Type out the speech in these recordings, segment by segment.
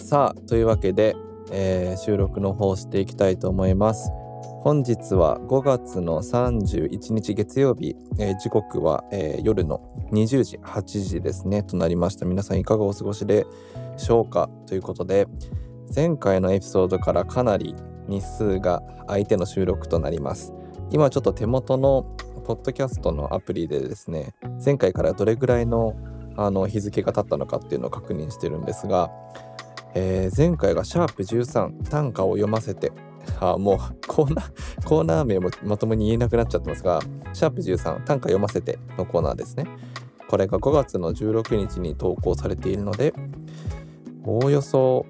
さあというわけで、収録の方していきたいと思います。本日は5月の31日月曜日、時刻は、夜の20時8時ですねとなりました。皆さんいかがお過ごしでしょうかということで、前回のエピソードからかなり日数が空いての収録となります。今ちょっと手元のポッドキャストのアプリでですね、前回からどれぐらいの日付が経ったのかっていうのを確認してるんですが、前回がシャープ13短歌を読ませて、もうコーナー名もまともに言えなくなっちゃってますが、シャープ13短歌読ませてのコーナーですね。これが5月の16日に投稿されているので、おおよそ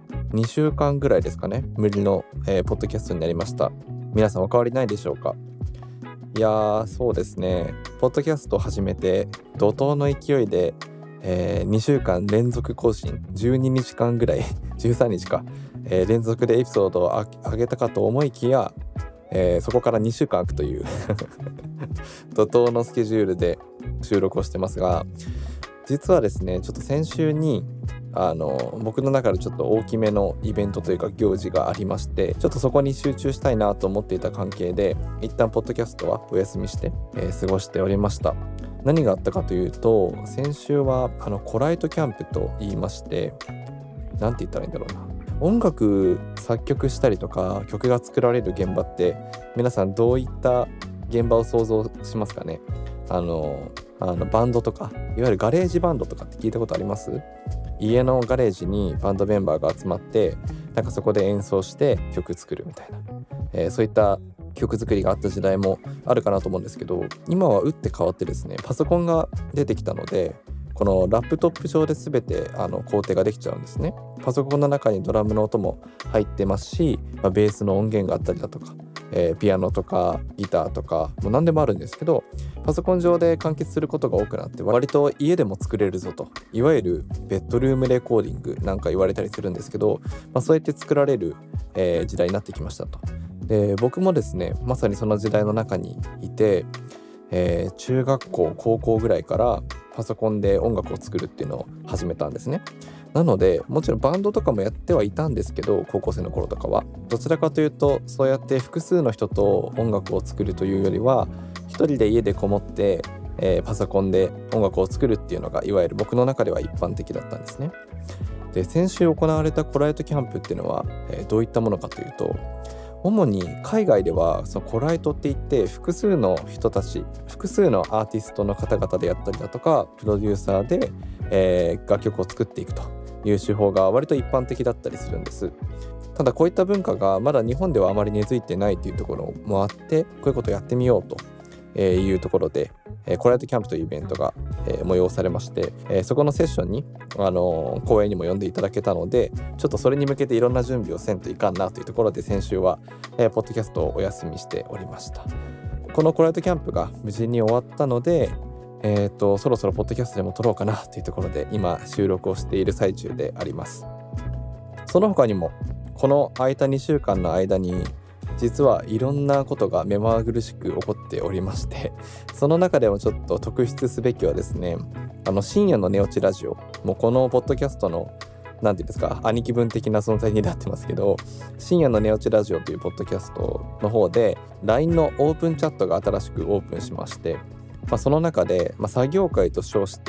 2週間ぐらいですかね、無理の、ポッドキャストになりました。皆さんお変わりないでしょうか。いやー、そうですね、ポッドキャストを始めて怒涛の勢いで、2週間連続更新、12日間ぐらい13日か、連続でエピソードを上げたかと思いきや、そこから2週間空くという怒涛のスケジュールで収録をしてますが、実はですね、ちょっと先週に僕の中でちょっと大きめのイベントというか行事がありまして、ちょっとそこに集中したいなと思っていた関係で一旦ポッドキャストはお休みして、過ごしておりました。何があったかというと、先週はコライトキャンプと言いまして、なんて言ったらいいんだろうな、音楽作曲したりとか曲が作られる現場って皆さんどういった現場を想像しますかね。バンドとか、いわゆるガレージバンドとかって聞いたことあります？家のガレージにバンドメンバーが集まって、なんかそこで演奏して曲作るみたいな、そういった曲作りがあった時代もあるかなと思うんですけど、今は打って変わってですね、パソコンが出てきたので、このラップトップ上で全て工程ができちゃうんですね。パソコンの中にドラムの音も入ってますし、ベースの音源があったりだとか、ピアノとかギターとかもう何でもあるんですけど、パソコン上で完結することが多くなって、割と家でも作れるぞと、いわゆるベッドルームレコーディングなんか言われたりするんですけど、そうやって作られる、時代になってきましたと。で、僕もですね、まさにその時代の中にいて、中学校高校ぐらいからパソコンで音楽を作るっていうのを始めたんですね。なのでもちろんバンドとかもやってはいたんですけど、高校生の頃とかはどちらかというと、そうやって複数の人と音楽を作るというよりは、一人で家でこもって、パソコンで音楽を作るっていうのがいわゆる僕の中では一般的だったんですね。で、先週行われたコライトキャンプっていうのは、どういったものかというと、主に海外ではそのコライトって言って複数の人たち、複数のアーティストの方々でやったりだとか、プロデューサーで、楽曲を作っていくという手法が割と一般的だったりするんです。ただこういった文化がまだ日本ではあまり根付いてないというところもあって、こういうことをやってみようというところで、コライトキャンプというイベントが、催されまして、そこのセッションに、講演にも呼んでいただけたので、ちょっとそれに向けていろんな準備をせんといかんなというところで、先週は、ポッドキャストをお休みしておりました。このコライトキャンプが無事に終わったので、そろそろポッドキャストでも撮ろうかなというところで今収録をしている最中であります。その他にもこの空いた2週間の間に実はいろんなことが目まぐるしく起こっておりまして、その中でもちょっと特筆すべきはですね、深夜の寝落ちラジオ、もうこのポッドキャストのなんていうんですか、兄貴分的な存在になってますけど、深夜の寝落ちラジオというポッドキャストの方で LINE のオープンチャットが新しくオープンしまして、その中で、作業会と称して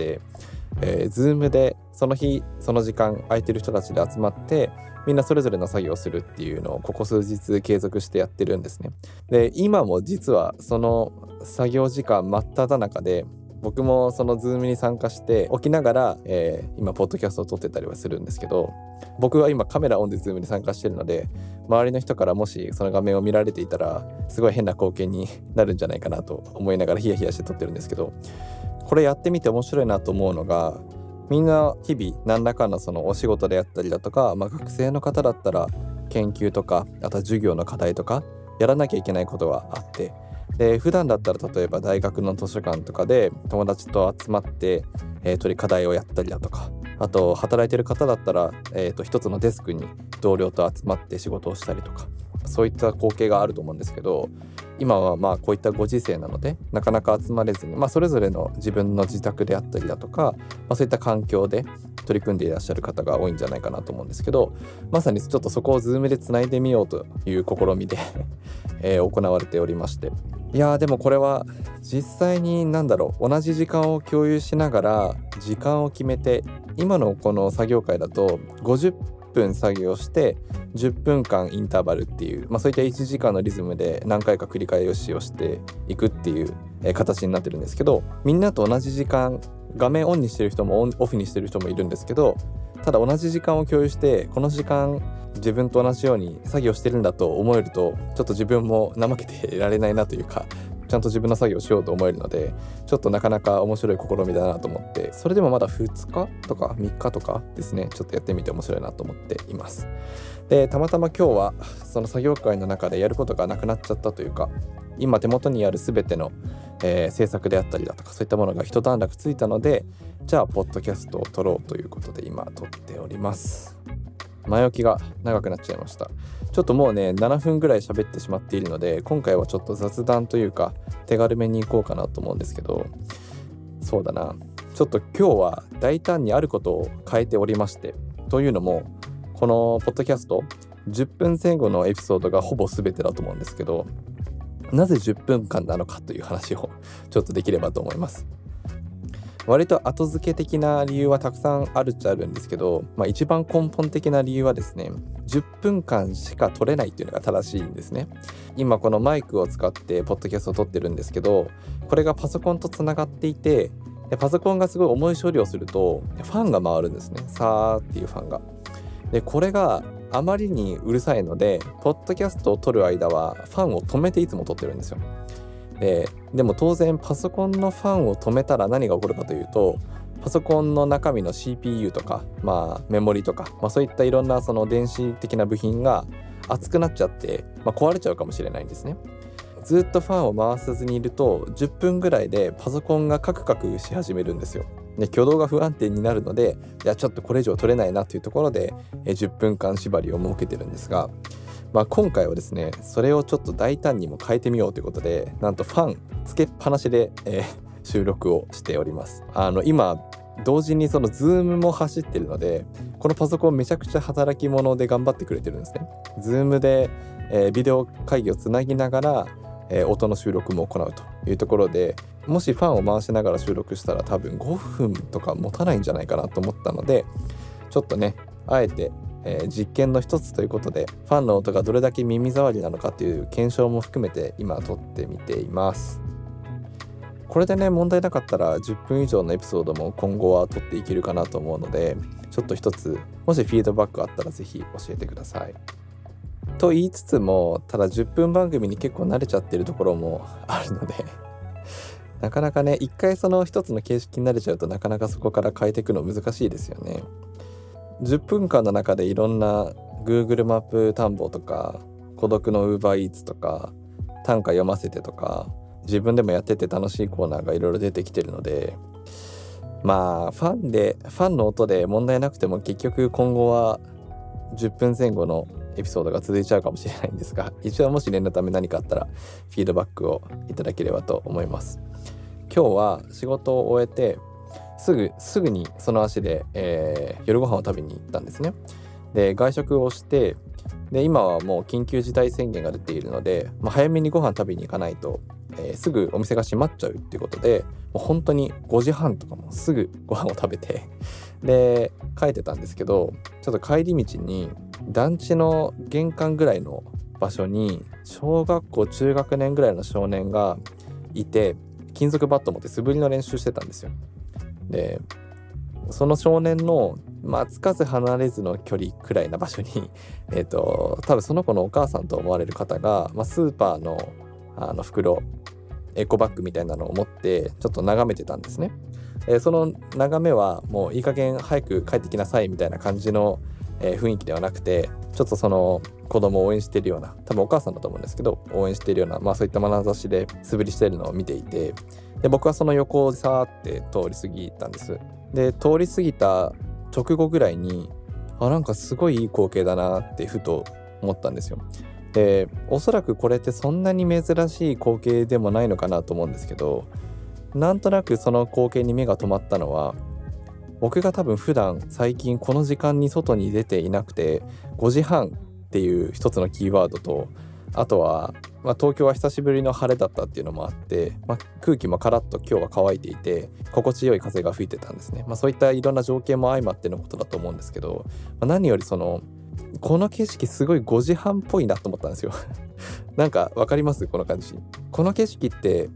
、Zoom でその日その時間空いてる人たちで集まってみんなそれぞれの作業をするっていうのをここ数日継続してやってるんですね。で、今も実はその作業時間真っ只中で、僕もその Zoom に参加して起きながら、今ポッドキャストを撮ってたりはするんですけど、僕は今カメラオンで Zoom に参加してるので、周りの人からもしその画面を見られていたらすごい変な光景になるんじゃないかなと思いながらヒヤヒヤして撮ってるんですけど、これやってみて面白いなと思うのが、みんな日々何らかのそのお仕事であったりだとか、学生の方だったら研究とか、あとは授業の課題とかやらなきゃいけないことがあって、で普段だったら例えば大学の図書館とかで友達と集まって、課題をやったりだとか、あと働いてる方だったら、一つのデスクに同僚と集まって仕事をしたりとか、そういった光景があると思うんですけど、今はこういったご時世なのでなかなか集まれずに、それぞれの自分の自宅であったりだとか、そういった環境で、 取り組んでいらっしゃる方が多いんじゃないかなと思うんですけど、まさにちょっとそこを Zoom でつないでみようという試みで行われておりまして、いやでもこれは実際に同じ時間を共有しながら時間を決めて、今のこの作業会だと50分作業して10分間インターバルっていう、そういった1時間のリズムで何回か繰り返しをしていくっていう形になってるんですけど、みんなと同じ時間、画面オンにしてる人もオフにしてる人もいるんですけど、ただ同じ時間を共有して、この時間自分と同じように作業してるんだと思えると、ちょっと自分も怠けていられないなというか、ちゃんと自分の作業をしようと思えるので、ちょっとなかなか面白い試みだなと思って、それでもまだ2日とか3日とかですね、ちょっとやってみて面白いなと思っています。で、たまたま今日はその作業会の中でやることがなくなっちゃったというか、今手元にある全ての、制作であったりだとか、そういったものが一段落ついたので、じゃあポッドキャストを撮ろうということで今撮っております。前置きが長くなっちゃいました。ちょっともうね7分ぐらい喋ってしまっているので、今回はちょっと雑談というか手軽めに行こうかなと思うんですけど、そうだな、ちょっと今日は大胆にあることを変えておりまして、というのもこのポッドキャスト10分前後のエピソードがほぼ全てだと思うんですけど、なぜ10分間なのかという話をちょっとできればと思います。割と後付け的な理由はたくさんあるっちゃあるんですけど、一番根本的な理由はですね、10分間しか撮れないっていうのが正しいんですね。今このマイクを使ってポッドキャストを撮ってるんですけど、これがパソコンとつながっていて、でパソコンがすごい重い処理をするとファンが回るんですね。さーっていうファンが。でこれがあまりにうるさいので、ポッドキャストを撮る間はファンを止めていつも撮ってるんですよ。でも当然パソコンのファンを止めたら何が起こるかというと、パソコンの中身の CPU とか、メモリとか、そういったいろんなその電子的な部品が熱くなっちゃって、壊れちゃうかもしれないんですね。ずっとファンを回さずにいると10分ぐらいでパソコンがカクカクし始めるんですよ。で挙動が不安定になるので、いやちょっとこれ以上取れないなというところで10分間縛りを設けてるんですが、今回はですね、それをちょっと大胆にも変えてみようということで、なんとファンつけっぱなしで、収録をしております。今同時にその Zoom も走ってるので、このパソコンめちゃくちゃ働き者で頑張ってくれてるんですね。Zoom で、ビデオ会議をつなぎながら、音の収録も行うというところで、もしファンを回しながら収録したら多分5分とか持たないんじゃないかなと思ったので、ちょっとねあえて実験の一つということで、ファンの音がどれだけ耳障りなのかという検証も含めて今撮ってみています。これでね問題なかったら10分以上のエピソードも今後は撮っていけるかなと思うので、ちょっと一つもしフィードバックあったらぜひ教えてください。と言いつつも、ただ10分番組に結構慣れちゃってるところもあるのでなかなかね、一回その一つの形式に慣れちゃうとなかなかそこから変えていくの難しいですよね。10分間の中でいろんな Google マップ探訪とか、孤独の UberEats とか、短歌読ませてとか、自分でもやってて楽しいコーナーがいろいろ出てきてるので、ファンの音で問題なくても結局今後は10分前後のエピソードが続いちゃうかもしれないんですが、一応もし念のため何かあったらフィードバックをいただければと思います。今日は仕事を終えてすぐにその足で、夜ご飯を食べに行ったんですね。で外食をして、で今はもう緊急事態宣言が出ているので、早めにご飯食べに行かないと、すぐお店が閉まっちゃうっていうことで、もう本当に5時半とかもすぐご飯を食べてで帰ってたんですけど、ちょっと帰り道に団地の玄関ぐらいの場所に小学校中学年ぐらいの少年がいて、金属バットを持って素振りの練習してたんですよ。でその少年のつかず離れずの距離くらいな場所に多分その子のお母さんと思われる方が、スーパーの袋、エコバッグみたいなのを持ってちょっと眺めてたんですね。その眺めはもういい加減早く帰ってきなさいみたいな感じの、雰囲気ではなくて、ちょっとその子供を応援しているような、多分お母さんだと思うんですけど、応援しているような、そういった眼差しで素振りしているのを見ていて、で僕はその横をさーって通り過ぎたんです。で通り過ぎた直後ぐらいに、なんかすごいいい光景だなってふと思ったんですよ。でおそらくこれってそんなに珍しい光景でもないのかなと思うんですけど、なんとなくその光景に目が止まったのは、 僕が多分普段最近この時間に外に出ていなくて、5時半っていう一つのキーワードと、あとは、東京は久しぶりの晴れだったっていうのもあって、空気もカラッと今日は乾いていて心地よい風が吹いてたんですね。そういったいろんな条件も相まってのことだと思うんですけど、何よりこの景色すごい5時半っぽいなと思ったんですよなんかわかります？この感じ。この景色って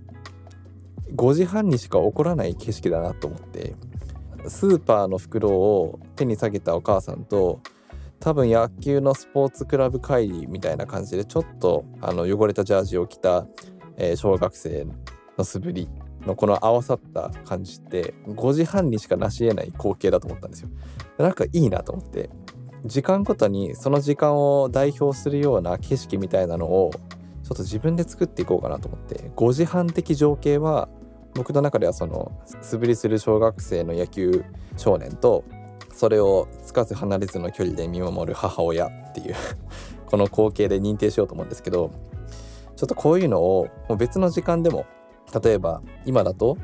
5時半にしか起こらない景色だなと思って、スーパーの袋を手に下げたお母さんと、多分野球のスポーツクラブ帰りみたいな感じでちょっと汚れたジャージを着た、小学生の素振りのこの合わさった感じって5時半にしか成し得ない光景だと思ったんですよ。なんかいいなと思って、時間ごとにその時間を代表するような景色みたいなのをちょっと自分で作っていこうかなと思って、5時半的情景は僕の中では素振りする小学生の野球少年と、それをつかず離れずの距離で見守る母親っていうこの光景で認定しようと思うんですけど、ちょっとこういうのをもう別の時間でも、例えば今だと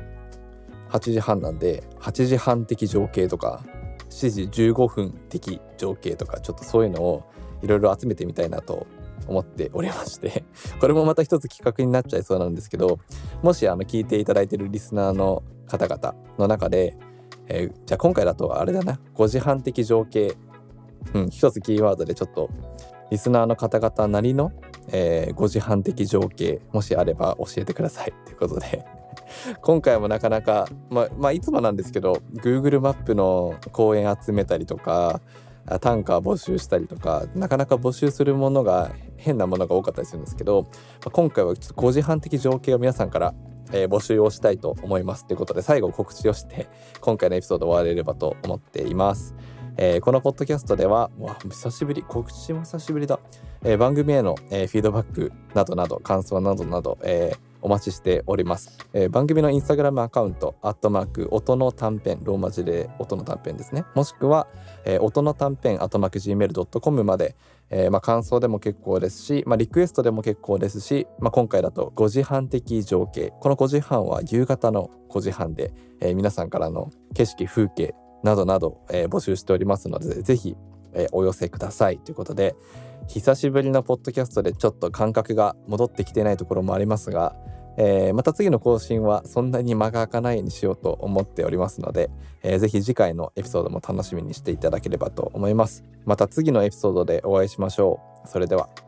8時半なんで8時半的情景とか7時15分的情景とか、ちょっとそういうのをいろいろ集めてみたいなと思っておりましてこれもまた一つ企画になっちゃいそうなんですけど、もし聞いていただいているリスナーの方々の中で、じゃあ今回だとあれだな、5時半的情景、一つキーワードでちょっとリスナーの方々なりの、5時半的情景もしあれば教えてくださいということで今回もなかなかいつもなんですけど Google マップの公園集めたりとか単価募集したりとか、なかなか募集するものが変なものが多かったりするんですけど、今回はちょっと5時半的情景を皆さんから募集をしたいと思いますということで、最後告知をして今回のエピソード終われればと思っています。このポッドキャストでは久しぶり、告知も久しぶりだ、番組への、フィードバックなどなど感想などなど、お待ちしております。番組のインスタグラムアカウント音の短編、ローマ字で音の短編ですね、もしくは、音の短編@gmail.com まで、感想でも結構ですし、リクエストでも結構ですし、今回だと5時半的情景、この5時半は夕方の5時半で、皆さんからの景色風景などなど、募集しておりますので、ぜひ、お寄せくださいということで、久しぶりのポッドキャストでちょっと感覚が戻ってきてないところもありますが、また次の更新はそんなに間が空かないようにしようと思っておりますので、ぜひ次回のエピソードも楽しみにしていただければと思います。また次のエピソードでお会いしましょう。それでは。